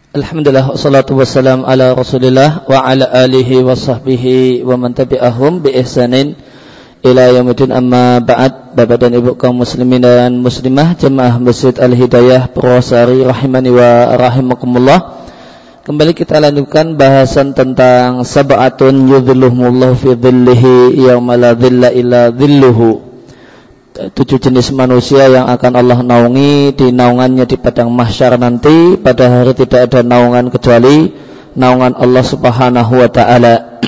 Alhamdulillah wassalatu wassalam ala Rasulillah wa ala alihi wa sahbihi wa man tabi'ahum bi ihsanin ila yaumil amma ba'd. Bapak dan Ibu kaum muslimin dan muslimah jemaah Masjid Al-Hidayah Purwosari rahimani wa rahimakumullah. Kembali kita lanjutkan bahasan tentang sab'atun yudhilluhumullahu fi dhillihi yauma la dhilla illa dhilluhu. 7 jenis manusia yang akan Allah naungi di naungannya di padang mahsyar nanti. Pada hari tidak ada naungan kecuali naungan Allah Subhanahu wa ta'ala.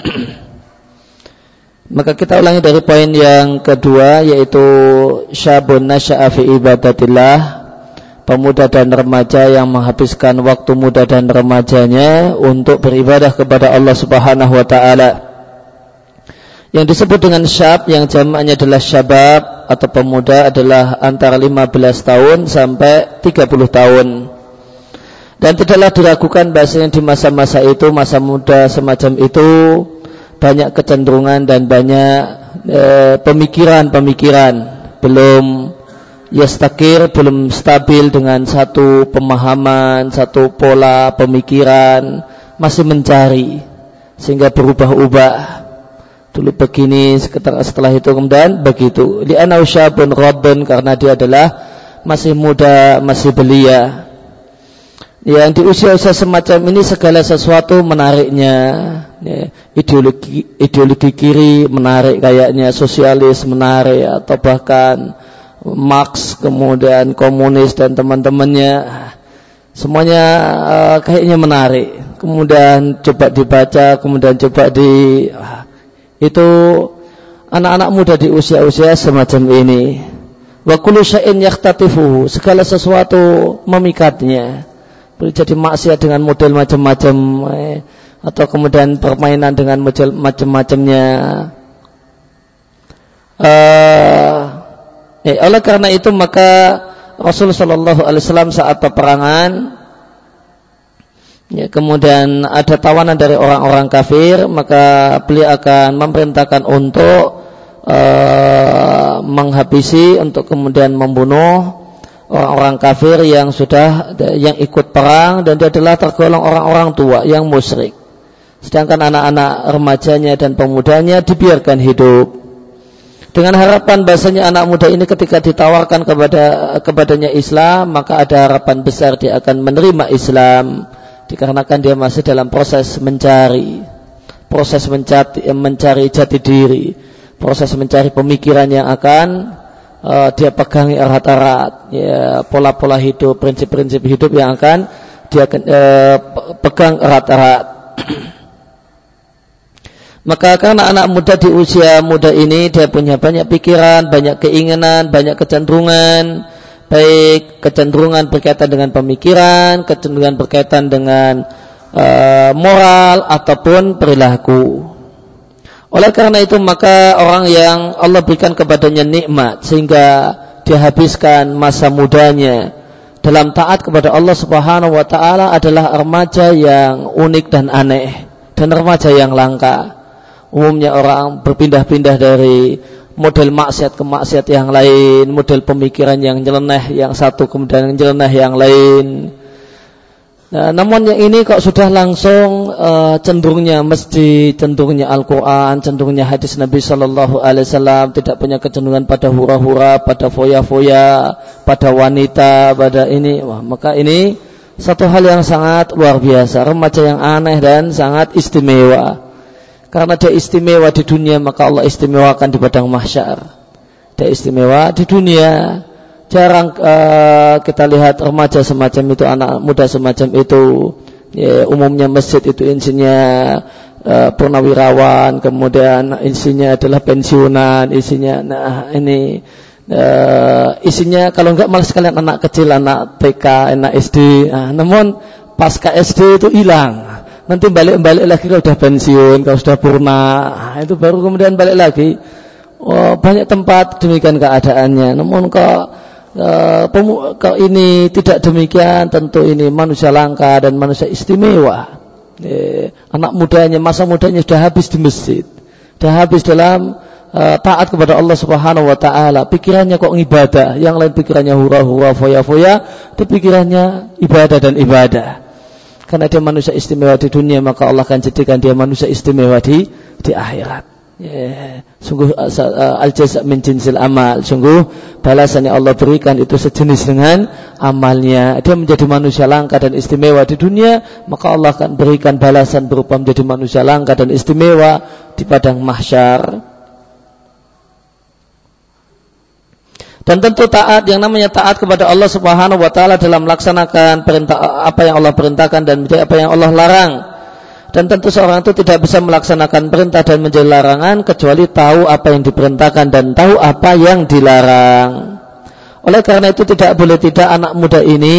Maka kita ulangi dari poin yang kedua, yaitu syabun nasya'a fi ibadatillah, pemuda dan remaja yang menghabiskan waktu muda dan remajanya untuk beribadah kepada Allah Subhanahu wa ta'ala. Yang disebut dengan syab, yang jamaknya adalah syabab atau pemuda, adalah antara 15 tahun sampai 30 tahun. Dan tidaklah diragukan bahasanya di masa-masa itu, masa muda semacam itu, banyak kecenderungan dan banyak pemikiran-pemikiran, belum yastakir, belum stabil dengan satu pemahaman, satu pola pemikiran, masih mencari sehingga berubah-ubah. Dulu begini, setelah itu kemudian begitu. Li'annahu syabun rabbun, karena dia adalah masih muda, masih belia. Yang di usia-usia semacam ini segala sesuatu menariknya, ya, ideologi kiri menarik kayaknya, sosialis menarik, atau bahkan Marx, kemudian komunis dan teman-temannya, semuanya kayaknya menarik. Kemudian coba dibaca, kemudian coba itu anak-anak muda di usia-usia semacam ini. Wa kullu syai'in yaqtatifuhu, segala sesuatu memikatnya. Boleh jadi maksiat dengan model macam-macam, atau kemudian permainan dengan model macam-macamnya. Oleh karena itu maka Rasulullah sallallahu alaihi wasallam saat peperangan, ya, kemudian ada tawanan dari orang-orang kafir, maka beliau akan memerintahkan untuk menghabisi, untuk kemudian membunuh orang-orang kafir yang ikut perang, dan dia adalah tergolong orang-orang tua yang musyrik. Sedangkan anak-anak remajanya dan pemudanya dibiarkan hidup, dengan harapan bahasanya anak muda ini ketika ditawarkan kepadanya Islam, maka ada harapan besar dia akan menerima Islam, dikarenakan dia masih dalam proses mencari jati diri, proses mencari pemikiran yang akan dia pegangi erat-erat, ya, pola-pola hidup, prinsip-prinsip hidup yang akan dia pegang erat-erat. Maka karena anak muda di usia muda ini dia punya banyak pikiran, banyak keinginan, banyak kecenderungan, baik kecenderungan berkaitan dengan pemikiran, kecenderungan berkaitan dengan moral ataupun perilaku. Oleh karena itu maka orang yang Allah berikan kepadanya nikmat sehingga dia habiskan masa mudanya dalam taat kepada Allah Subhanahu wa ta'ala adalah remaja yang unik dan aneh, dan remaja yang langka. Umumnya orang berpindah-pindah dari model maksiat ke maksiat yang lain, model pemikiran yang nyeleneh yang satu kemudian nyeleneh yang lain. Nah, namun yang ini kok sudah langsung cenderungnya masjid, cenderungnya Al-Quran, cenderungnya hadis Nabi Sallallahu Alaihi Wasallam, tidak punya kecenderungan pada hura-hura, pada foya-foya, pada wanita, pada ini. Wah, maka ini satu hal yang sangat luar biasa, remaja yang aneh dan sangat istimewa. Karena dia istimewa di dunia, maka Allah istimewakan di padang mahsyar. Dia istimewa di dunia. Jarang kita lihat remaja semacam itu, anak muda semacam itu. Ya, umumnya masjid itu isinya purnawirawan, kemudian isinya adalah pensiunan, isinya isinya kalau enggak malah sekalian anak kecil, anak TK, anak SD. Namun pasca SD itu hilang. Nanti balik lagi kalau sudah pensiun, kalau sudah purna, itu baru kemudian balik lagi. Oh, banyak tempat demikian keadaannya. Namun kalau ini tidak demikian, tentu ini manusia langka dan manusia istimewa. Anak mudanya, masa mudanya sudah habis di masjid, sudah habis dalam taat kepada Allah Subhanahu wa ta'ala. Pikirannya kok ibadah, yang lain pikirannya hura-hura, foya-foya, itu pikirannya ibadah dan ibadah. Karena dia manusia istimewa di dunia, maka Allah akan jadikan dia manusia istimewa di akhirat. Sungguh al-jaza' min jinsil amal. Sungguh balasan yang Allah berikan itu sejenis dengan amalnya. Dia menjadi manusia langka dan istimewa di dunia, maka Allah akan berikan balasan berupa menjadi manusia langka dan istimewa di padang mahsyar. Dan tentu taat, yang namanya taat kepada Allah Subhanahu wa taala dalam melaksanakan perintah apa yang Allah perintahkan dan apa yang Allah larang. Dan tentu seorang itu tidak bisa melaksanakan perintah dan menjauhi larangan kecuali tahu apa yang diperintahkan dan tahu apa yang dilarang. Oleh karena itu tidak boleh tidak anak muda ini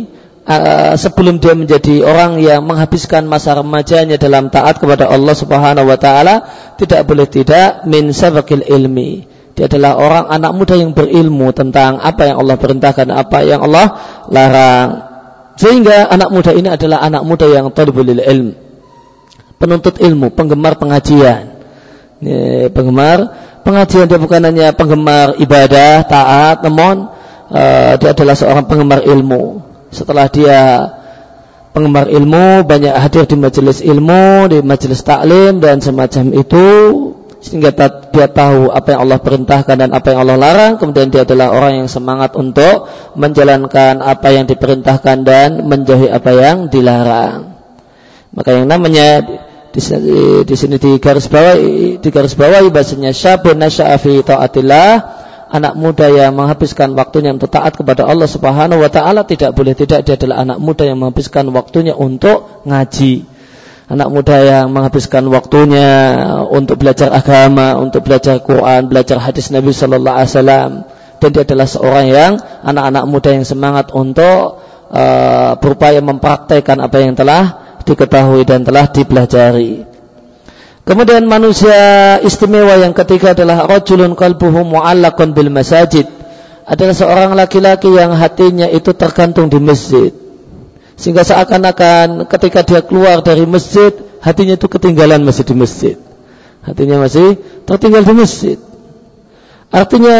sebelum dia menjadi orang yang menghabiskan masa remajanya dalam taat kepada Allah Subhanahu wa taala, tidak boleh tidak min sabaqil ilmi. Dia adalah orang anak muda yang berilmu tentang apa yang Allah perintahkan, apa yang Allah larang. Sehingga anak muda ini adalah anak muda yang talibul ilm, penuntut ilmu, penggemar pengajian. Penggemar pengajian, dia bukan hanya penggemar ibadah, taat, namun dia adalah seorang penggemar ilmu. Setelah dia penggemar ilmu, banyak hadir di majelis ilmu, di majelis taklim dan semacam itu, sehingga dia tahu apa yang Allah perintahkan dan apa yang Allah larang. Kemudian dia adalah orang yang semangat untuk menjalankan apa yang diperintahkan dan menjauhi apa yang dilarang. Maka yang namanya di sini digarisbawahi bahasanya syabun nasya'a fi taatillah, anak muda yang menghabiskan waktunya untuk taat kepada Allah Subhanahu wa taala, tidak boleh tidak dia adalah anak muda yang menghabiskan waktunya untuk ngaji. Anak muda yang menghabiskan waktunya untuk belajar agama, untuk belajar Quran, belajar hadis Nabi sallallahu alaihi wasallam. Dan dia adalah seorang yang anak-anak muda yang semangat untuk berupaya mempraktikkan apa yang telah diketahui dan telah dipelajari. Kemudian manusia istimewa yang ketiga adalah rajulun qalbuhu mu'allaqun bil masajid, adalah seorang laki-laki yang hatinya itu tergantung di masjid, sehingga seakan-akan ketika dia keluar dari masjid, hatinya itu ketinggalan masih di masjid, hatinya masih tertinggal di masjid. Artinya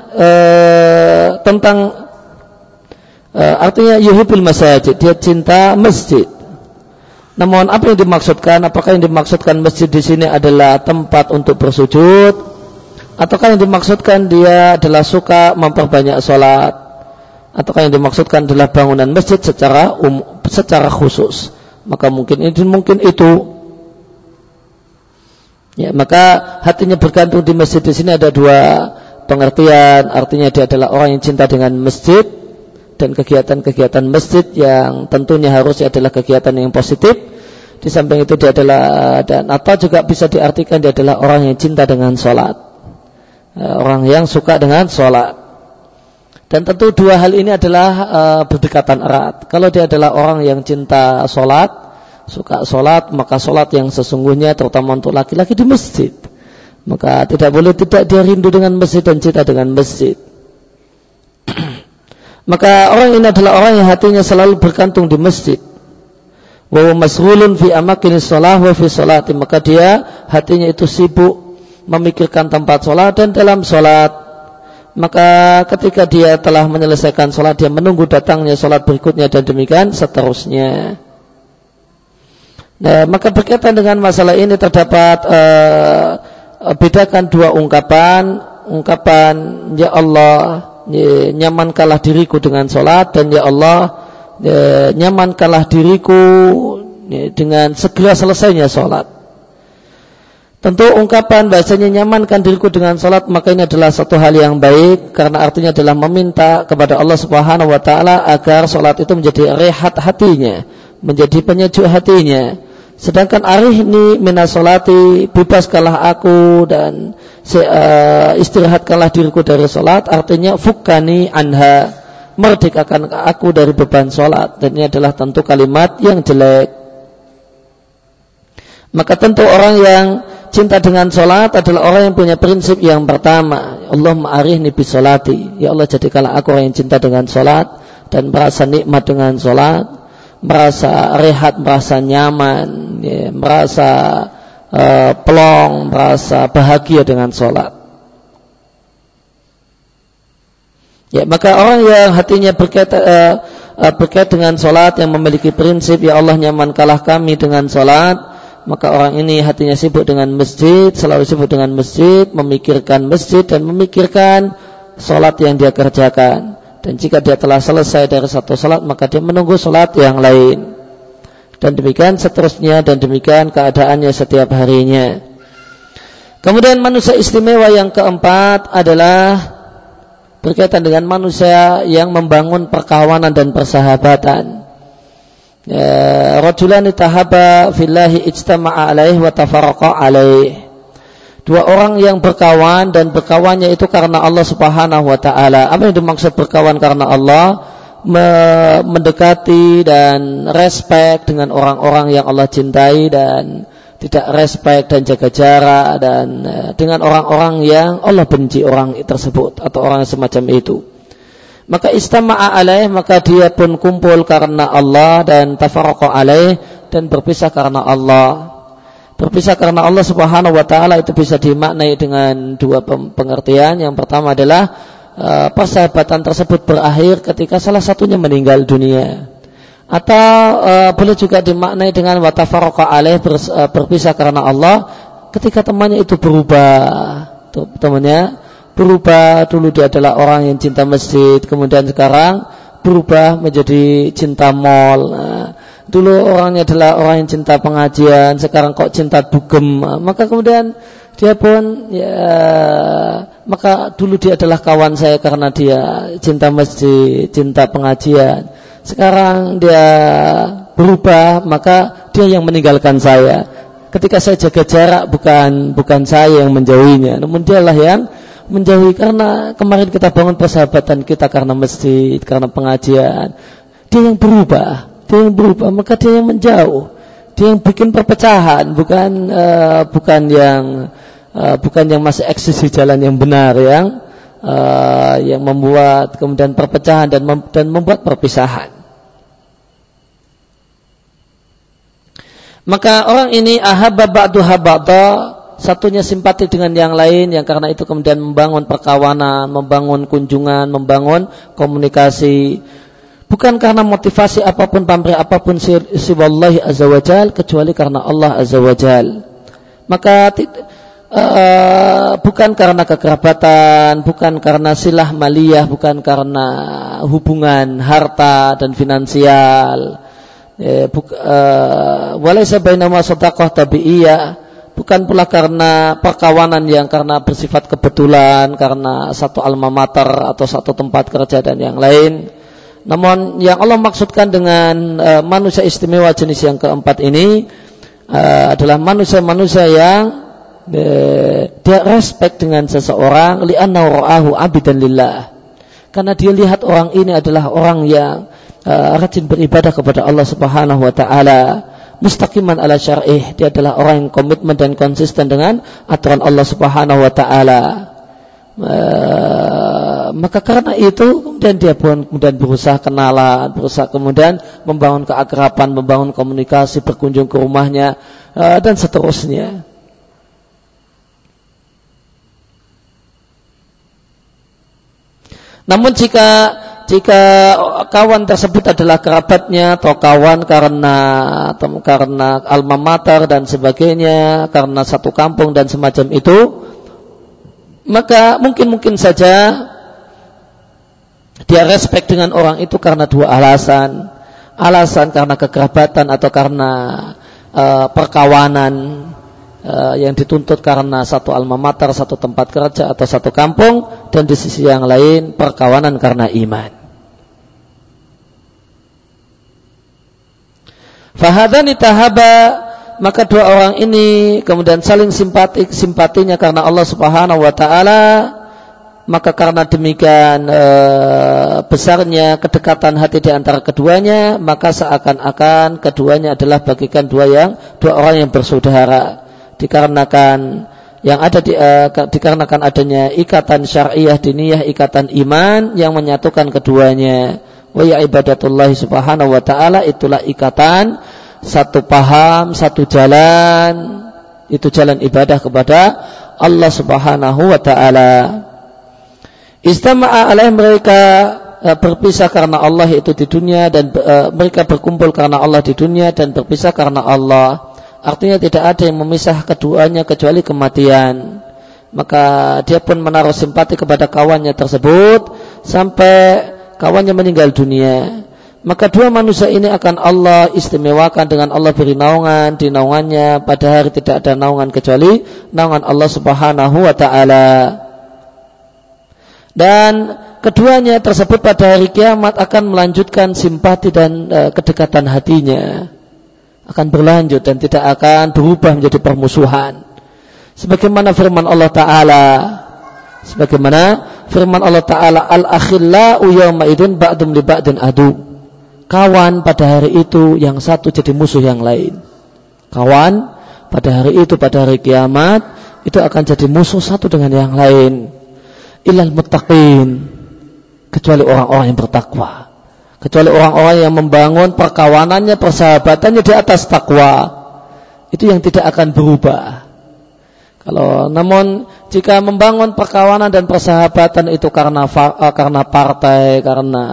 artinya yuhibbul masajid, dia cinta masjid. Namun apa yang dimaksudkan? Apakah yang dimaksudkan masjid di sini adalah tempat untuk bersujud, ataukah yang dimaksudkan dia adalah suka memperbanyak sholat, ataukah yang dimaksudkan adalah bangunan masjid secara khusus? Maka mungkin itu. Ya, maka hatinya bergantung di masjid di sini ada dua pengertian. Artinya dia adalah orang yang cinta dengan masjid dan kegiatan-kegiatan masjid yang tentunya harusnya adalah kegiatan yang positif. Di samping itu dia adalah, dan atau juga bisa diartikan dia adalah orang yang cinta dengan sholat, orang yang suka dengan sholat. Dan tentu dua hal ini adalah berdekatan erat. Kalau dia adalah orang yang cinta sholat, suka sholat, maka sholat yang sesungguhnya terutama untuk laki-laki di masjid, maka tidak boleh tidak dia rindu dengan masjid dan cinta dengan masjid. Maka orang ini adalah orang yang hatinya selalu bergantung di masjid. Wa huwa masghulun fi amakinis shalah wa fi sholati, maka dia hatinya itu sibuk memikirkan tempat sholat dan dalam sholat. Maka ketika dia telah menyelesaikan sholat, dia menunggu datangnya sholat berikutnya dan demikian seterusnya. Nah, maka berkaitan dengan masalah ini terdapat bedakan dua ungkapan ya Allah, nyamankanlah diriku dengan sholat, dan ya Allah, nyamankanlah diriku dengan segera selesainya sholat. Tentu ungkapan bahasanya nyamankan diriku dengan sholat, maka ini adalah satu hal yang baik, karena artinya adalah meminta kepada Allah Subhanahu wa ta'ala agar sholat itu menjadi rehat hatinya, menjadi penyejuk hatinya. Sedangkan arihni minas sholati, bebaskanlah aku dan istirahatkanlah diriku dari sholat, artinya fukkani anha, merdekakan aku dari beban sholat. Dan ini adalah tentu kalimat yang jelek. Maka tentu orang yang cinta dengan sholat adalah orang yang punya prinsip yang pertama, Allahumma arihni bis sholati, ya Allah jadikanlah aku orang yang cinta dengan sholat dan merasa nikmat dengan sholat, merasa rehat, merasa nyaman, ya, merasa plong, merasa bahagia dengan sholat. Ya, maka orang yang hatinya berkait dengan salat yang memiliki prinsip ya Allah nyamankanlah kami dengan salat, maka orang ini hatinya sibuk dengan masjid, selalu sibuk dengan masjid, memikirkan masjid dan memikirkan salat yang dia kerjakan. Dan jika dia telah selesai dari satu salat, maka dia menunggu salat yang lain. Dan demikian seterusnya, dan demikian keadaannya setiap harinya. Kemudian manusia istimewa yang keempat adalah berkaitan dengan manusia yang membangun perkawanan dan persahabatan. Rajulani tahaba fillahi ijtama'a alaihi wa tafaraqa alaihi. Dua orang yang berkawan dan berkawannya itu karena Allah Subhanahu wa taala. Apa yang dimaksud berkawan karena Allah? Mendekati dan respect dengan orang-orang yang Allah cintai dan tidak respect dan jaga jarak dan dengan orang-orang yang Allah benci orang tersebut atau orang semacam itu. Maka istama'a alaih, maka dia pun kumpul karena Allah, dan tafaraqa alaih, dan berpisah karena Allah. Berpisah karena Allah Subhanahu wa taala itu bisa dimaknai dengan dua pengertian. Yang pertama adalah persahabatan tersebut berakhir ketika salah satunya meninggal dunia, atau boleh juga dimaknai dengan watafaraqa alaih, berpisah karena Allah ketika temannya itu berubah. Temannya berubah, dulu dia adalah orang yang cinta masjid, kemudian sekarang berubah menjadi cinta mall. Dulu orangnya adalah orang yang cinta pengajian, sekarang kok cinta dugem. Maka kemudian dia pun maka dulu dia adalah kawan saya karena dia cinta masjid, cinta pengajian. Sekarang dia berubah, maka dia yang meninggalkan saya. Ketika saya jaga jarak, bukan saya yang menjauhinya, namun dialah yang menjauhi, karena kemarin kita bangun persahabatan kita karena masjid, karena pengajian. Dia yang berubah, maka dia yang menjauh. Dia yang bikin perpecahan, bukan yang masih eksis di jalan yang benar, yang membuat kemudian perpecahan dan membuat perpisahan. Maka orang ini ahabba ba'duha ba'da, satunya simpati dengan yang lain, yang karena itu kemudian membangun perkawanan, membangun kunjungan, membangun komunikasi, bukan karena motivasi apapun, pamrih apapun siwallahi azza wajal, kecuali karena Allah azza wajal. Maka bukan karena kekerabatan, bukan karena silah maliyah, bukan karena hubungan harta dan finansial, walaysa bainama shadaqah tabi'iyah, bukan pula karena perkawanan yang karena bersifat kebetulan, karena satu alma mater atau satu tempat kerja dan yang lain. Namun yang Allah maksudkan dengan manusia istimewa jenis yang keempat ini adalah manusia-manusia yang dia respect dengan seseorang, li'annahu ra'ahu abidan lillah, karena dia lihat orang ini adalah orang yang rajin beribadah kepada Allah Subhanahu wa taala, mustaqiman ala syar'ih, dia adalah orang yang komitmen dan konsisten dengan aturan Allah Subhanahu wa taala. Maka karena itu kemudian dia pun kemudian berusaha kenalan, berusaha kemudian membangun keakraban, membangun komunikasi, berkunjung ke rumahnya dan seterusnya. Namun jika kawan tersebut adalah kerabatnya atau kawan karena alma mater dan sebagainya, karena satu kampung dan semacam itu, maka mungkin saja dia respect dengan orang itu karena dua alasan karena kekerabatan atau karena perkawanan yang dituntut karena satu alma mater, satu tempat kerja atau satu kampung, dan di sisi yang lain perkawanan karena iman. Fahadani tahaba, maka dua orang ini kemudian saling simpatinya karena Allah Subhanahu wa taala. Maka karena demikian besarnya kedekatan hati di antara keduanya, maka seakan-akan keduanya adalah bagikan dua orang yang bersaudara, dikarenakan adanya ikatan syariah diniyah, ikatan iman yang menyatukan keduanya. Wa ya ibadatullahi subhanahu wa ta'ala, itulah ikatan satu paham, satu jalan, itu jalan ibadah kepada Allah Subhanahu wa ta'ala. Istama'a alaih, mereka berpisah karena Allah itu di dunia, dan mereka berkumpul karena Allah di dunia dan berpisah karena Allah. Artinya tidak ada yang memisah keduanya kecuali kematian. Maka dia pun menaruh simpati kepada kawannya tersebut sampai kawannya meninggal dunia. Maka dua manusia ini akan Allah istimewakan dengan Allah beri naungan di naungannya pada hari tidak ada naungan kecuali naungan Allah Subhanahu wa ta'ala. Dan keduanya tersebut pada hari kiamat akan melanjutkan simpati dan kedekatan hatinya, akan berlanjut dan tidak akan berubah menjadi permusuhan. Sebagaimana firman Allah Ta'ala, al-akhillau yawma idzin ba'dum li ba'din adu. Kawan pada hari itu yang satu jadi musuh yang lain. Kawan pada hari itu, pada hari kiamat itu akan jadi musuh satu dengan yang lain. Illal muttaqin, kecuali orang-orang yang bertakwa, kecuali orang-orang yang membangun perkawanannya, persahabatannya di atas takwa, itu yang tidak akan berubah. Namun jika membangun perkawanan dan persahabatan itu karena partai,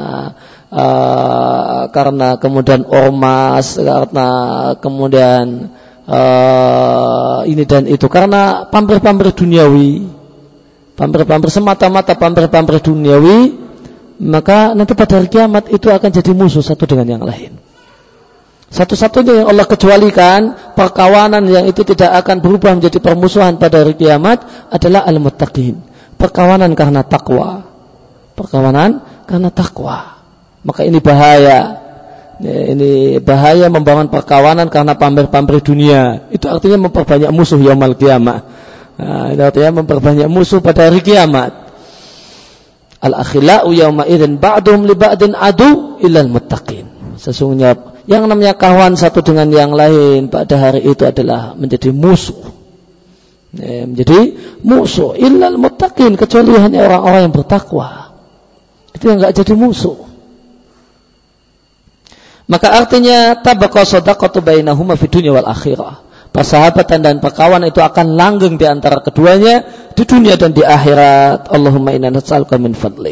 karena kemudian ormas, karena kemudian ini dan itu, karena pamrih-pamrih duniawi, pamrih-pamrih semata-mata pamrih-pamrih duniawi, maka nanti pada hari kiamat itu akan jadi musuh satu dengan yang lain. Satu-satunya yang Allah kecualikan perkawanan yang itu tidak akan berubah menjadi permusuhan pada hari kiamat adalah al-muttaqin, perkawanan karena takwa, perkawanan karena takwa. Maka ini bahaya. Ini bahaya membangun perkawanan karena pamrih-pamrih dunia. Itu artinya memperbanyak musuh yaumul qiyamah. Itu artinya memperbanyak musuh pada hari kiamat. Al-akhillau yawma idzin ba'dhum li ba'din adu illal muttaqin. Sesungguhnya yang namanya kawan satu dengan yang lain pada hari itu adalah menjadi musuh. Menjadi musuh illal muttaqin, kecuali hanya orang-orang yang bertakwa. Itu yang enggak jadi musuh. Maka artinya tabaqa shadaqatu bainahuma fid dunya wal akhirah. Persahabatan dan perkawan itu akan langgeng di antara keduanya di dunia dan di akhirat. Allahumma inna nas'aluka min fadlik.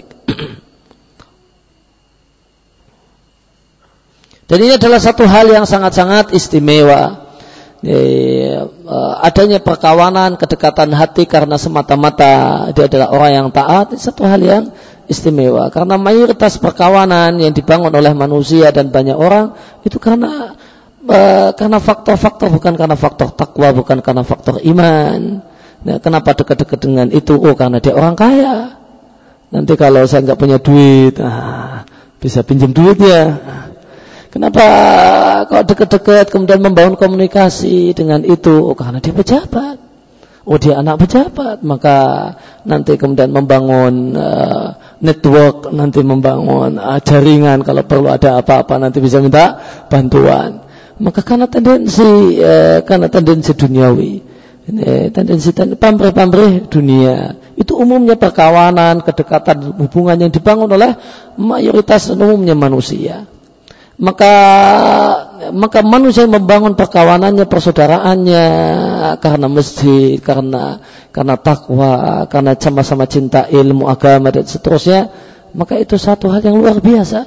Dan ini adalah satu hal yang sangat-sangat istimewa. Adanya perkawanan, kedekatan hati karena semata-mata dia adalah orang yang taat, satu hal yang istimewa. Karena mayoritas perkawanan yang dibangun oleh manusia dan banyak orang itu karena faktor-faktor, bukan karena faktor takwa, bukan karena faktor iman. Nah, kenapa dekat-dekat dengan itu? Oh, karena dia orang kaya. Nanti kalau saya nggak punya duit, bisa pinjam duitnya. Kenapa kalau dekat-dekat kemudian membangun komunikasi dengan itu? Oh, karena dia pejabat. Oh, dia anak pejabat, maka nanti kemudian membangun network, nanti membangun jaringan, kalau perlu ada apa-apa nanti bisa minta bantuan. Maka karena tendensi duniawi, tendensi pamrih-pamrih dunia, itu umumnya perkawanan, kedekatan, hubungan yang dibangun oleh mayoritas umumnya manusia. Maka manusia membangun perkawanannya, persaudaraannya karena masjid, karena takwa, karena sama-sama cinta ilmu agama dan seterusnya. Maka itu satu hal yang luar biasa,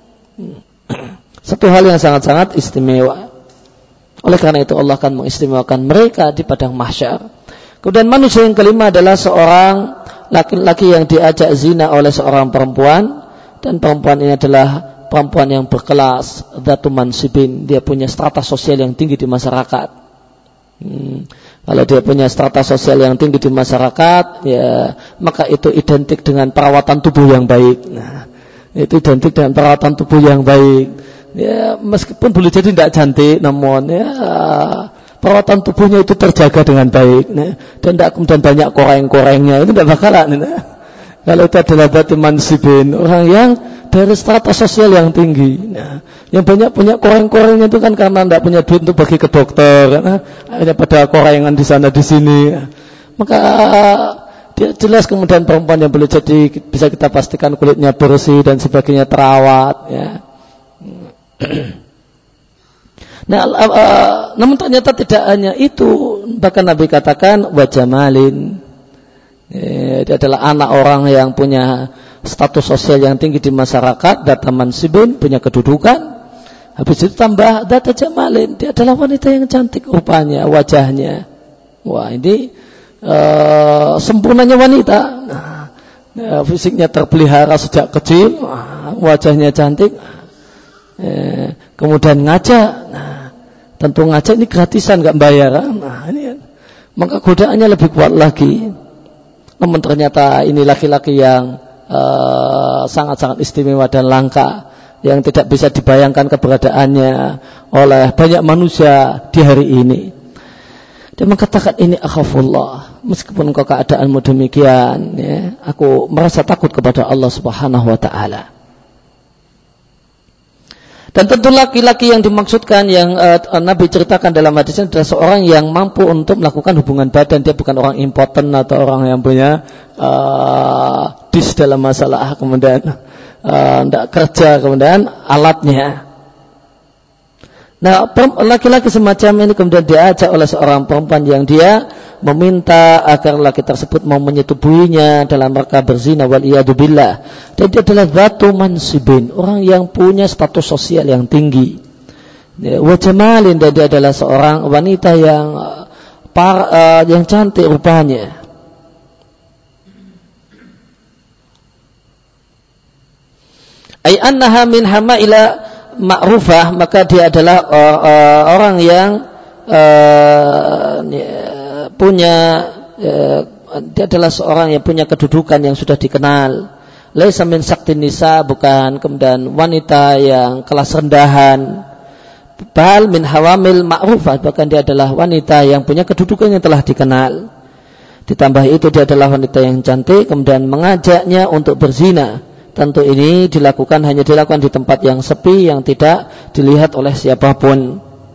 satu hal yang sangat-sangat istimewa. Oleh karena itu Allah akan mengistimewakan mereka di padang mahsyar. Kemudian manusia yang kelima adalah seorang laki-laki yang diajak zina oleh seorang perempuan, dan perempuan ini adalah perempuan yang berkelas, dzatu mansibin, dia punya strata sosial yang tinggi di masyarakat. Kalau dia punya strata sosial yang tinggi di masyarakat, ya maka itu identik dengan perawatan tubuh yang baik. Nah, itu identik dengan perawatan tubuh yang baik. Ya, meskipun boleh jadi tidak cantik, namun ya perawatan tubuhnya itu terjaga dengan baik. Nah, dan tidak kemudian banyak koreng-korengnya, itu tidak bakalan. Nah. Kalau itu adalah dzatu mansibin, orang yang dari strata sosial yang tinggi. Nah, yang banyak punya koreng-korengnya itu kan karena tidak punya duit untuk pergi ke dokter, karena hanya pada korengan di sana di sini. Maka dia jelas kemudian perempuan yang boleh jadi bisa kita pastikan kulitnya bersih dan sebagainya, terawat. Ya. Nah, namun ternyata tidak hanya itu, bahkan Nabi katakan wajamalin. Dia adalah anak orang yang punya status sosial yang tinggi di masyarakat, data mansibin, punya kedudukan. Habis itu tambah data jamalin, dia adalah wanita yang cantik rupanya, wajahnya. Wah, ini sempurnanya wanita. Fisiknya terpelihara sejak kecil, wajahnya cantik. Kemudian ngajak, tentu ngajak ini gratisan, nggak bayar. Ini maka godaannya lebih kuat lagi. Namun ternyata ini laki-laki yang sangat-sangat istimewa dan langka, yang tidak bisa dibayangkan keberadaannya oleh banyak manusia di hari ini. Dia mengatakan, ini akhafullah, meskipun engkau keadaanmu demikian, ya, aku merasa takut kepada Allah Subhanahu wa ta'ala. Dan tentu laki-laki yang dimaksudkan yang Nabi ceritakan dalam hadisnya adalah seorang yang mampu untuk melakukan hubungan badan. Dia bukan orang impoten atau orang yang punya dis dalam masalah, kemudian tidak kerja, kemudian alatnya. Nah, laki-laki semacam ini kemudian diajak oleh seorang perempuan yang dia meminta agar laki tersebut mau menyetubuhinya dalam rangka berzina, wal iyadu billah. Dan dia adalah dzatu mansibin, orang yang punya status sosial yang tinggi. Wa jamalin, dan dia adalah seorang wanita yang cantik rupanya. Ai annaha min hamaila ma'rufah, maka dia adalah orang yang dia adalah seorang yang punya kedudukan yang sudah dikenal. Laisa min saktin nisa, bukan kemudian wanita yang kelas rendahan. Bal min hawamil ma'rufah, bahkan dia adalah wanita yang punya kedudukan yang telah dikenal. Ditambah itu dia adalah wanita yang cantik, kemudian mengajaknya untuk berzina. Tentu ini hanya dilakukan di tempat yang sepi, yang tidak dilihat oleh siapapun.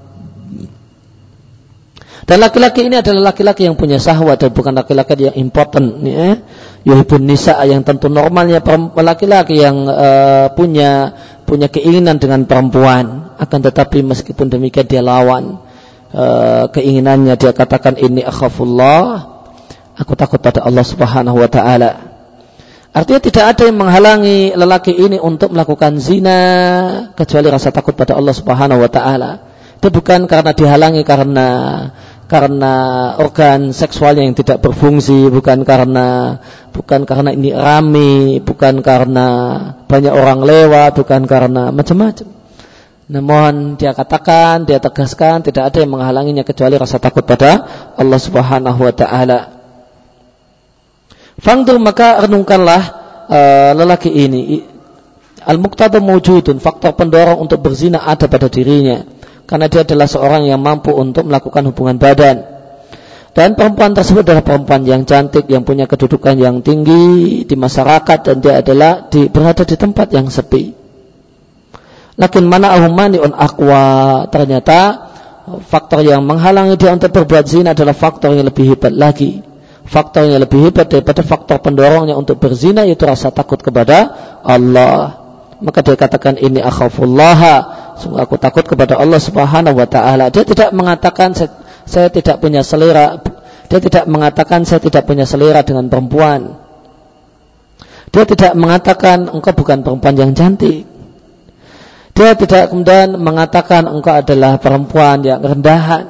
Dan laki-laki ini adalah laki-laki yang punya syahwat dan bukan laki-laki yang impoten, ya. Yuhibun nisa, yang tentu normalnya laki-laki yang punya keinginan dengan perempuan. Akan tetapi meskipun demikian dia lawan keinginannya, dia katakan, ini akhafullah, aku takut pada Allah Subhanahu wa ta'ala. Artinya tidak ada yang menghalangi lelaki ini untuk melakukan zina kecuali rasa takut pada Allah Subhanahu wa ta'ala. Itu bukan karena dihalangi karena organ seksualnya yang tidak berfungsi, bukan karena ini rame, bukan karena banyak orang lewat, bukan karena macam-macam. Namun dia tegaskan tidak ada yang menghalanginya kecuali rasa takut pada Allah Subhanahu wa ta'ala. Fangdur, maka renungkanlah lelaki ini. Al-muqtada mawjudun, faktor pendorong untuk berzina ada pada dirinya, karena dia adalah seorang yang mampu untuk melakukan hubungan badan. Dan perempuan tersebut adalah perempuan yang cantik, yang punya kedudukan yang tinggi di masyarakat, dan dia adalah berada di tempat yang sepi. Lakin mana'ahum mani'un aqwa, ternyata faktor yang menghalangi dia untuk berbuat zina adalah faktor yang lebih hebat lagi. Faktor yang lebih hebat daripada faktor pendorongnya untuk berzina, yaitu rasa takut kepada Allah. Maka dia katakan, ini akhafullah, sungguh aku takut kepada Allah Subhanahu wa ta'ala. Dia tidak mengatakan saya tidak punya selera. Dia tidak mengatakan saya tidak punya selera dengan perempuan. Dia tidak mengatakan engkau bukan perempuan yang cantik. Dia tidak kemudian mengatakan engkau adalah perempuan yang rendahan.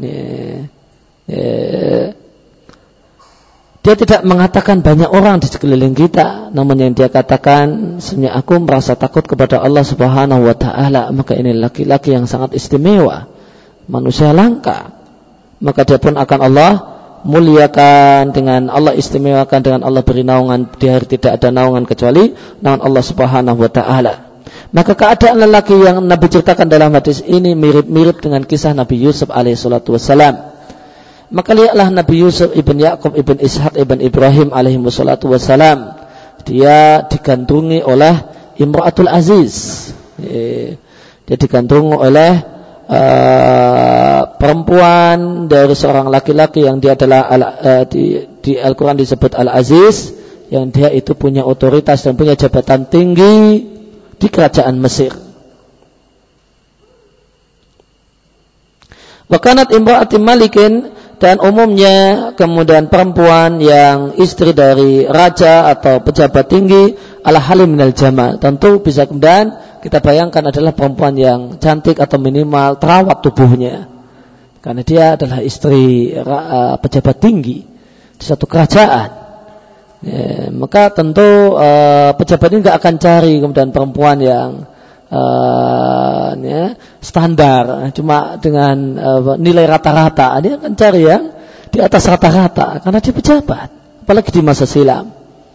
Dia tidak mengatakan banyak orang di sekeliling kita, namun yang dia katakan, sebenarnya aku merasa takut kepada Allah Subhanahu wa ta'ala. Maka ini laki-laki yang sangat istimewa, manusia langka. Maka dia pun akan Allah muliakan, dengan Allah istimewakan, dengan Allah beri naungan di hari tidak ada naungan kecuali naungan Allah Subhanahu wa ta'ala. Maka keadaan lelaki yang Nabi ceritakan dalam hadis ini mirip-mirip dengan kisah Nabi Yusuf alaihi salatu wassalam. Maka lihatlah Nabi Yusuf ibn Ya'qub ibn Ishaq ibn Ibrahim alaihi wassalatu wassalam. Dia digantungi oleh Imra'atul Aziz. Dia digantungi oleh perempuan dari seorang laki-laki yang dia adalah di Al-Quran disebut Al-Aziz, yang dia itu punya otoritas dan punya jabatan tinggi di kerajaan Mesir. Wa kanat imra'atin malikin Dan umumnya kemudian perempuan yang istri dari raja atau pejabat tinggi ala halim minal jamal, tentu bisa kemudian kita bayangkan adalah perempuan yang cantik atau minimal terawat tubuhnya, karena dia adalah istri pejabat tinggi di suatu kerajaan. Maka tentu pejabat ini tidak akan cari kemudian perempuan yang standar cuma dengan nilai rata-rata. Dia akan cari yang di atas rata-rata karena dia pejabat, apalagi di masa silam.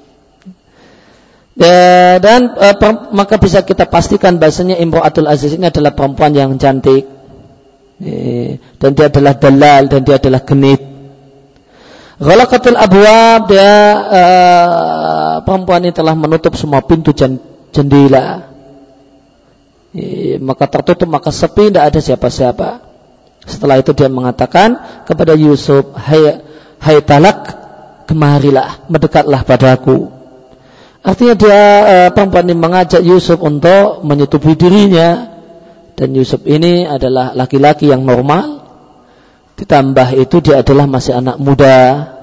Dan maka bisa kita pastikan bahasanya Imra'atul Aziz ini adalah perempuan yang cantik, dan dia adalah dalal, dan dia adalah genit. Ghalaqatul abwab, dia perempuan ini telah menutup semua pintu jendela. Maka tertutup, maka sepi, tidak ada siapa-siapa. Setelah itu dia mengatakan kepada Yusuf, hai talak, kemarilah, mendekatlah padaku. Artinya dia perempuan ini mengajak Yusuf untuk menyetubuhi dirinya, dan Yusuf ini adalah laki-laki yang normal, ditambah itu dia adalah masih anak muda.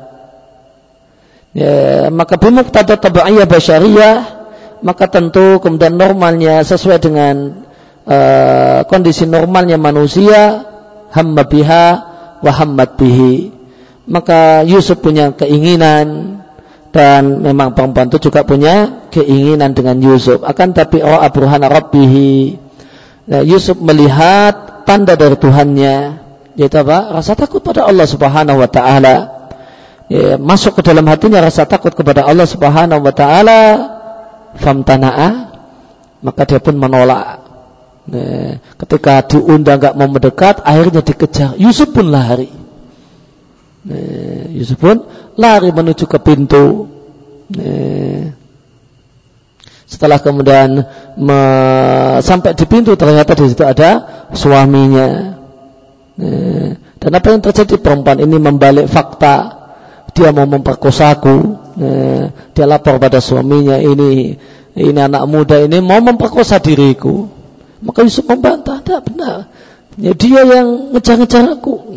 Maka bimuqtada tabi'iyah basyariyah, maka tentu kemudian normalnya sesuai dengan kondisi normalnya manusia, hamma biha wa hammat bihi. Maka Yusuf punya keinginan, dan memang perempuan itu juga punya keinginan dengan Yusuf. Akan tapi ra'a burhana rabbihi, Yusuf melihat tanda dari Tuhannya, yaitu apa? Rasa takut pada Allah Subhanahu wa taala. Masuk ke dalam hatinya rasa takut kepada Allah Subhanahu wa taala. Famtana'a, maka dia pun menolak. Ketika diundang enggak mau mendekat, akhirnya dikejar. Yusuf pun lari. Yusuf pun lari menuju ke pintu. Setelah kemudian sampai di pintu, ternyata di situ ada suaminya. Dan apa yang terjadi? Perempuan ini membalik fakta. Dia mau memperkosaku. Dia lapor pada suaminya, ini anak muda ini mau memperkosa diriku. Maka Yusuf membantah, tidak benar. Ya, dia yang ngejar-ngejar aku.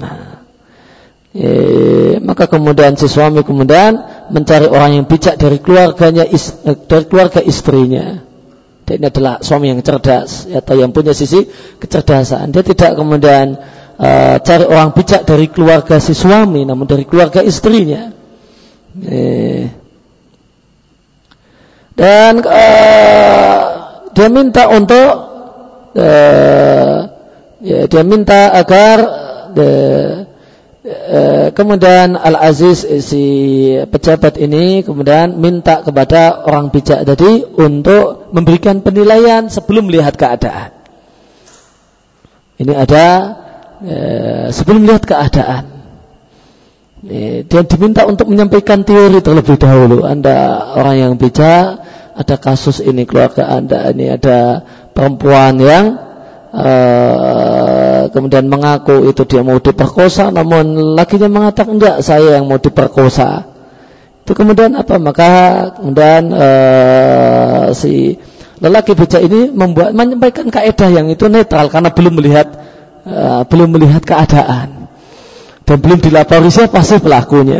Maka kemudian si suami kemudian mencari orang yang bijak dari keluarganya, dari keluarga istrinya. Dan ini adalah suami yang cerdas, atau yang punya sisi kecerdasan. Dia tidak kemudian cari orang bijak dari keluarga si suami, namun dari keluarga istrinya. Dan dia minta untuk dia minta agar kemudian Al-Aziz, si pejabat ini kemudian minta kepada orang bijak tadi untuk memberikan penilaian sebelum melihat keadaan. Ini ada sebelum melihat keadaan. Dia diminta untuk menyampaikan teori terlebih dahulu. Anda orang yang bijak, ada kasus ini keluarga Anda, ini ada perempuan yang kemudian mengaku itu dia mau diperkosa, namun lakinya mengatakan enggak, saya yang mau diperkosa. Itu kemudian apa? Maka kemudian si lelaki bijak ini menyampaikan kaidah yang itu netral, karena belum melihat keadaan dan belum dilapori siapa sih pelakunya.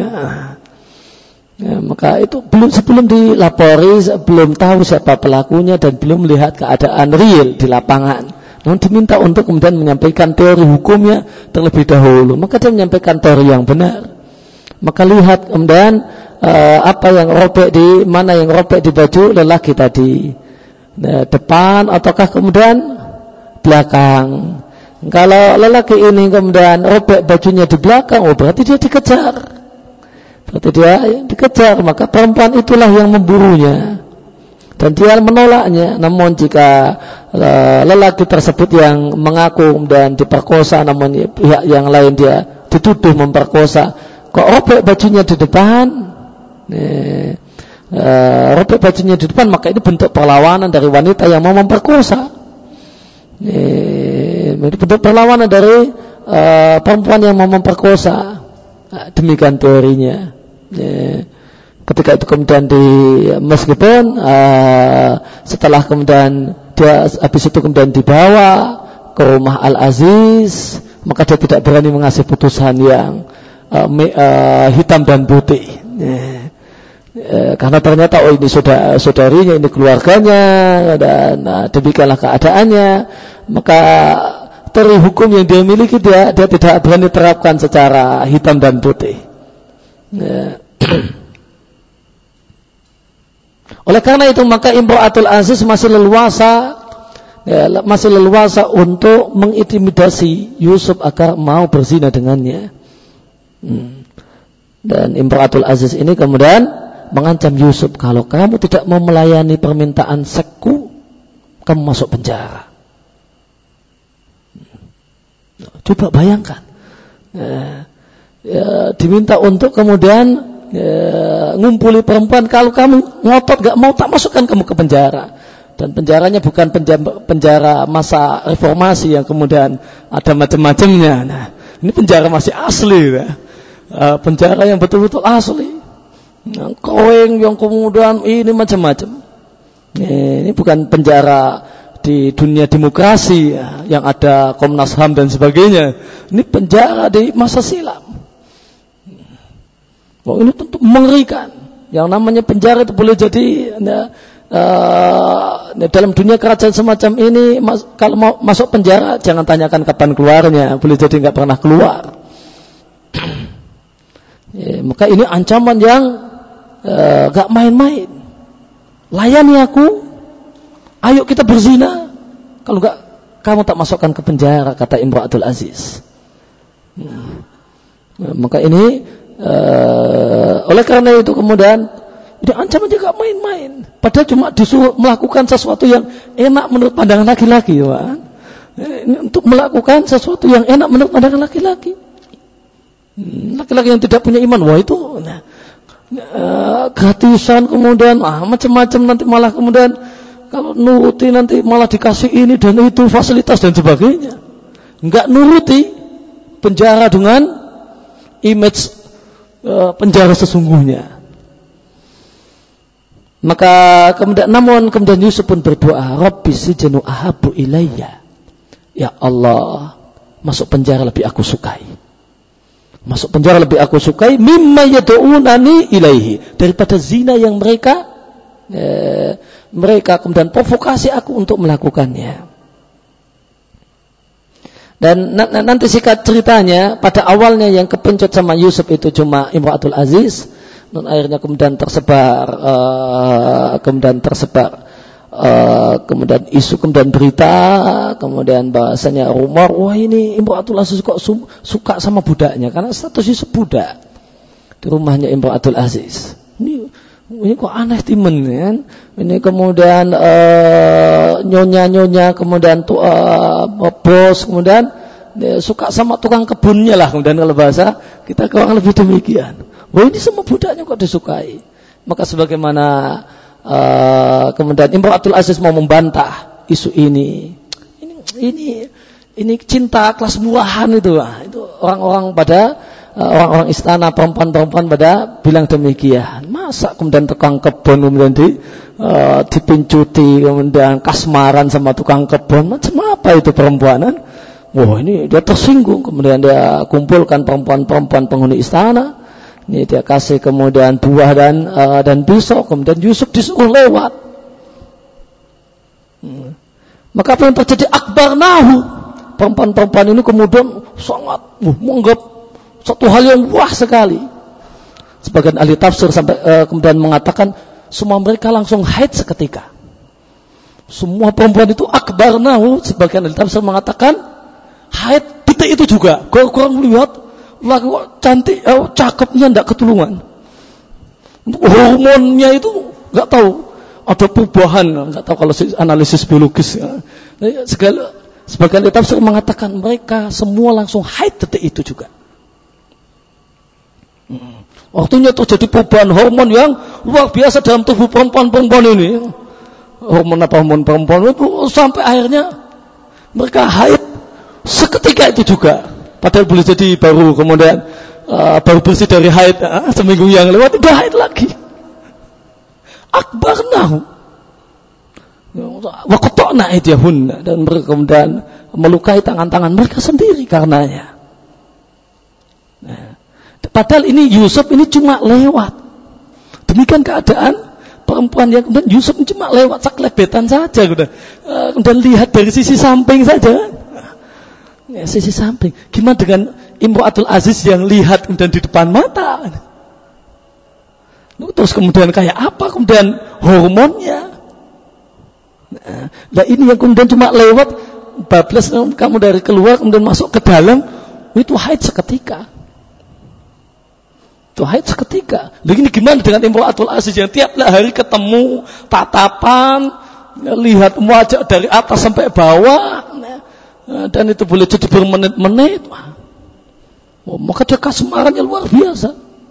Maka itu sebelum dilapori, belum tahu siapa pelakunya dan belum melihat keadaan real di lapangan. Namun diminta untuk kemudian menyampaikan teori hukumnya terlebih dahulu. Maka dia menyampaikan teori yang benar. Maka lihat kemudian apa yang robek mana yang robek di baju lelaki tadi, depan ataukah kemudian belakang. Kalau lelaki ini kemudian robek bajunya di belakang, berarti dia dikejar. Maka perempuan itulah yang memburunya dan dia menolaknya. Namun jika lelaki tersebut yang mengaku dan diperkosa, namun pihak yang lain dia dituduh memperkosa, kok robek bajunya di depan, maka ini bentuk perlawanan dari wanita yang mau memperkosa. Bentuk perlawanan dari perempuan yang mau memperkosa. Demikian teorinya. Ketika itu kemudian meskipun setelah kemudian dia habis itu kemudian dibawa ke rumah Al-Aziz, maka dia tidak berani mengasih putusan yang hitam dan putih. Karena ternyata ini saudarinya, ini keluarganya, dan demikianlah keadaannya, maka dari hukum yang dia miliki dia tidak berani terapkan secara hitam dan putih. Oleh karena itu maka Imra'atul Aziz masih leluasa untuk mengintimidasi Yusuf agar mau berzina dengannya. Dan Imra'atul Aziz ini kemudian mengancam Yusuf, kalau kamu tidak mau melayani permintaan sekku, kamu masuk penjara. Coba bayangkan, diminta untuk kemudian ngumpuli perempuan, kalau kamu ngotot gak mau, tak masukkan kamu ke penjara. Dan penjaranya bukan penjara masa reformasi yang kemudian ada macam-macamnya. Nah, ini penjara masih asli, penjara yang betul-betul asli, yang koeng, yang kemudian ini macam-macam. Ini bukan penjara di dunia demokrasi yang ada Komnas HAM dan sebagainya. Ini penjara di masa silam. Ini tentu mengerikan. Yang namanya penjara itu boleh jadi dalam dunia kerajaan semacam ini, kalau mau masuk penjara jangan tanyakan kapan keluarnya, boleh jadi nggak pernah keluar. Maka ini ancaman yang nggak main-main. Layani aku, ayo kita berzina. Kalau nggak, kamu tak masukkan ke penjara, kata Imra'atul Aziz. Maka ini oleh karena itu kemudian ini ancaman dia gak main-main. Padahal cuma disuruh melakukan sesuatu yang enak menurut pandangan laki-laki, Ini untuk melakukan sesuatu yang enak menurut pandangan laki-laki. Laki-laki yang tidak punya iman, itu gratisan kemudian macam-macam, nanti malah kemudian kalau nuruti nanti malah dikasih ini dan itu fasilitas dan sebagainya. Enggak nuruti, penjara dengan image penjara sesungguhnya. Maka kemudian Yusuf pun berdoa, Rabbi sijnu ahabbu ilayya. Ya Allah, masuk penjara lebih aku sukai. Masuk penjara lebih aku sukai mimma yad'unani ilaihi, daripada zina yang mereka kemudian provokasi aku untuk melakukannya. Dan nanti singkat ceritanya, pada awalnya yang kepencut sama Yusuf itu cuma Imra'atul Aziz, dan akhirnya kemudian tersebar kemudian isu, kemudian berita, kemudian bahasanya rumor, wah ini Imra'atul Aziz kok suka sama budaknya, karena status Yusuf budak di rumahnya Imra'atul Aziz. Ini kok aneh timen, kan? Ini kemudian nyonya kemudian bos kemudian suka sama tukang kebunnya lah, kemudian kalau bahasa kita kurang lebih demikian. Wah ini semua budaknya kok disukai. Maka sebagaimana kemudian Imra'atul Aziz mau membantah isu ini cinta kelas buahan itu orang-orang orang istana, perempuan-perempuan pada bilang demikian. Masa kemudian tukang kebun kemudian dipincuti, kemudian kasmaran sama tukang kebun, macam apa itu perempuanan? Wah ini dia tersinggung, kemudian dia kumpulkan perempuan-perempuan penghuni istana. Ini dia kasih kemudian buah dan pisau, kemudian Yusuf disuruh lewat. Maka apa yang terjadi? Akbarnahu. Perempuan-perempuan ini kemudian sangat menganggap satu hal yang wah sekali. Sebagian ahli tafsir sampai kemudian mengatakan semua mereka langsung haid seketika. Semua perempuan itu akbarnahu. Sebagian ahli tafsir mengatakan haid detik itu juga. Kurang lihat laki cantik, cakepnya tidak ketulungan. Hormonnya itu nggak tahu, ada perubahan, nggak tahu kalau analisis biologis. Sebagian ahli tafsir mengatakan mereka semua langsung haid detik itu juga. Waktunya terjadi perubahan hormon yang luar biasa dalam tubuh perempuan-perempuan ini. Hormon perempuan itu sampai akhirnya mereka haid seketika itu juga. Padahal boleh jadi baru kemudian baru bersih dari haid seminggu yang lewat udah haid lagi. Akbarnahu wa qata'na aydiyahunna, dan mereka kemudian melukai tangan-tangan mereka sendiri karenanya. Padahal ini Yusuf ini cuma lewat. Demikian keadaan perempuan yang kemudian Yusuf cuma lewat saklebetan saja, kemudian lihat dari sisi samping saja. Ya, sisi samping. Gimana dengan Imro'atul Aziz yang lihat kemudian di depan mata? Terus kemudian kayak apa kemudian hormonnya? Nah ini yang kemudian cuma lewat, bablas kamu dari keluar kemudian masuk ke dalam, itu haid seketika. Itu haid seketika. Begini gimana dengan Imro'atul Aziz yang tiap hari ketemu, tatapan, lihat wajah dari atas sampai bawah, dan itu boleh jadi bermenit-menit. Maka dia kasmarannya luar biasa.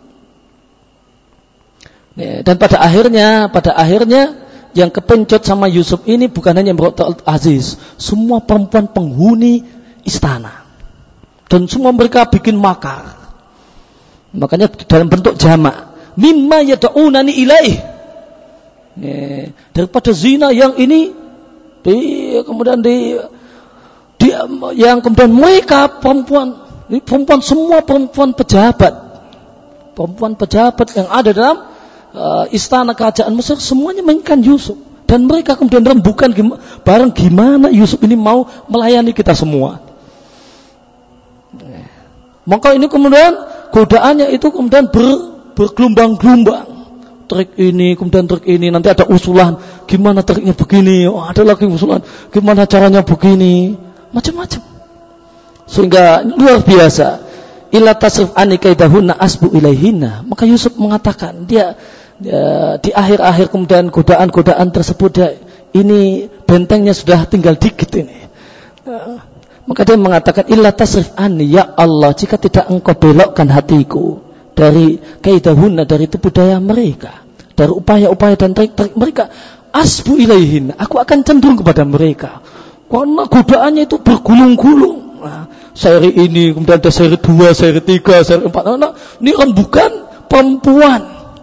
Dan pada akhirnya yang kepencut sama Yusuf ini bukan hanya Imro'atul Aziz, semua perempuan penghuni istana. Dan semua mereka bikin makar. Makanya dalam bentuk jamak, mimma yad'unani ilaih. Daripada zina yang ini kemudian yang kemudian mereka perempuan semua perempuan pejabat yang ada dalam istana kerajaan Mesir semuanya menginginkan Yusuf, dan mereka kemudian rembukan bareng gimana Yusuf ini mau melayani kita semua. Maka ini kemudian godaannya itu kemudian bergelombang-gelombang. Trik ini, kemudian trik ini, nanti ada usulan gimana triknya begini, ada lagi usulan gimana caranya begini, macam-macam. Sehingga luar biasa. Illa tasrif anni kaidahunna asbu ilaihinna. Maka Yusuf mengatakan dia di akhir-akhir kemudian godaan-godaan tersebut ini bentengnya sudah tinggal dikit ini. Maka dia mengatakan illa tasrif anni, ya Allah, jika tidak engkau belokkan hatiku dari kaidahunna, dari tipu daya mereka, dari upaya-upaya dan trik-trik mereka, asbu ilaihin, aku akan cenderung kepada mereka. Karena godaannya itu bergulung-gulung. Seri ini, kemudian ada seri 2, seri 3, seri 4. Ini rembukan perempuan.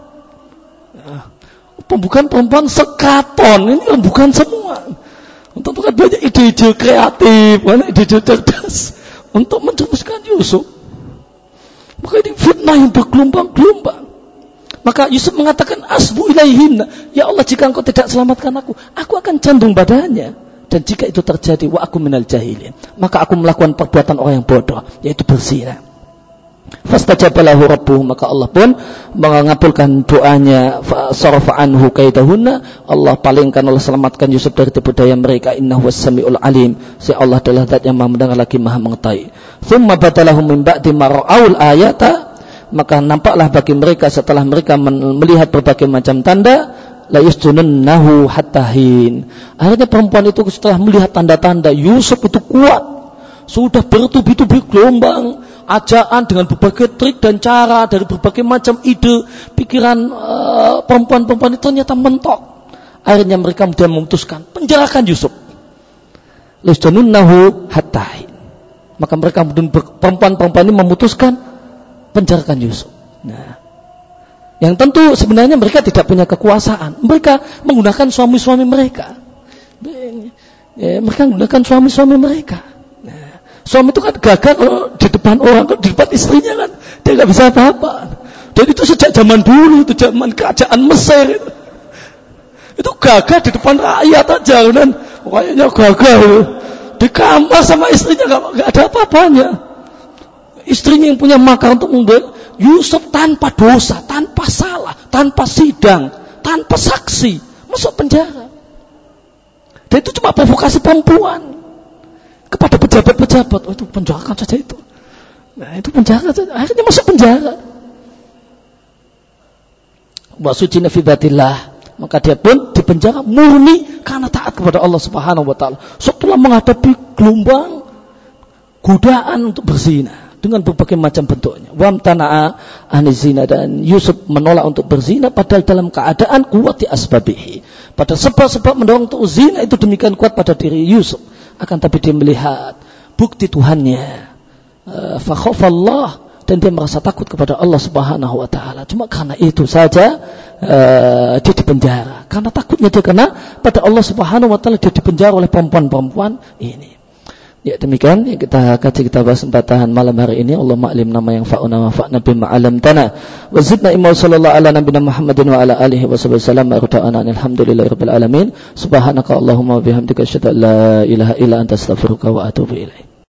Bukan perempuan sekaton, ini rembukan semua. Untuk bukan banyak ide-ide kreatif, ide-ide cerdas untuk mencetuskan Yusuf. Maka ini fitnah yang bergelombang-gelombang. Maka Yusuf mengatakan asbu ilaihin, ya Allah, jika engkau tidak selamatkan aku akan cenderung padanya. Dan jika itu terjadi, wa aku minal jahilin, maka aku melakukan perbuatan orang yang bodoh, yaitu berzina. Fastajaba lahu rabbuhu, maka Allah pun mengabulkan doanya. Sarafa anhu kaidahunna, Allah palingkan, Allah selamatkan Yusuf dari tipu daya mereka. Innahu was-sami'ul alim, si Allah adalah zat yang maha mendengar lagi maha mengetahui. Tsumma badalahum min ba'di ma ra'aul ayata, maka nampaklah bagi mereka setelah mereka melihat berbagai macam tanda, la yusjununnahu hatta hin. Akhirnya perempuan itu setelah melihat tanda-tanda Yusuf itu kuat, sudah bertubi-tubi gelombang ajaan dengan berbagai trik dan cara dari berbagai macam ide pikiran perempuan-perempuan itu ternyata mentok. Akhirnya mereka kemudian memutuskan penjarakan Yusuf. La yusjununnahu hatta hin. Maka mereka kemudian perempuan-perempuan ini memutuskan penjarakan Yusuf. Nah, yang tentu sebenarnya mereka tidak punya kekuasaan. Mereka menggunakan suami-suami mereka. Mereka menggunakan suami-suami mereka. Nah, suami itu kan gagal di depan orang, di depan istrinya kan dia nggak bisa apa-apa. Dan itu sejak zaman dulu, itu zaman kerajaan Mesir itu gagal di depan rakyat aja, dan kayaknya gagal di kamar sama istrinya nggak ada apa-apanya. Istrinya yang punya makar untuk membuat Yusuf tanpa dosa, tanpa salah, tanpa sidang, tanpa saksi, masuk penjara. Dan itu cuma provokasi perempuan kepada pejabat-pejabat. Oh, itu penjarakan saja itu. Nah, itu penjara saja. Akhirnya masuk penjara. Wa sujina fi batillah. Maka dia pun dipenjara murni karena taat kepada Allah Subhanahu wa taala. Setelah menghadapi gelombang godaan untuk berzina dengan berbagai macam bentuknya. Wamtana'a anizina, dan Yusuf menolak untuk berzina padahal dalam keadaan kuwati asbabihi. Pada sebab-sebab mendorong untuk zina itu demikian kuat pada diri Yusuf. Akan tapi dia melihat bukti Tuhannya. Fa khafallah, dan dia merasa takut kepada Allah Subhanahu wa taala. Cuma karena itu saja dia dipenjara. Karena takutnya dia kena pada Allah Subhanahu wa taala, dia dipenjara oleh perempuan-perempuan ini. Ya, demikian yang kita kaji, kita bahas kesempatan malam hari ini. Allahumma alimna ma yanfa'una wa fa'na bima 'allamtana wa zidna ilma. Sallallahu ala nabiyina Muhammadin wa ala alihi wa sahbihi wasallam. Alhamdulillahirabbil alamin. Subhanaka Allahumma wa bihamdika asyhadu an la ilaha illa anta astaghfiruka wa atubu ilaik.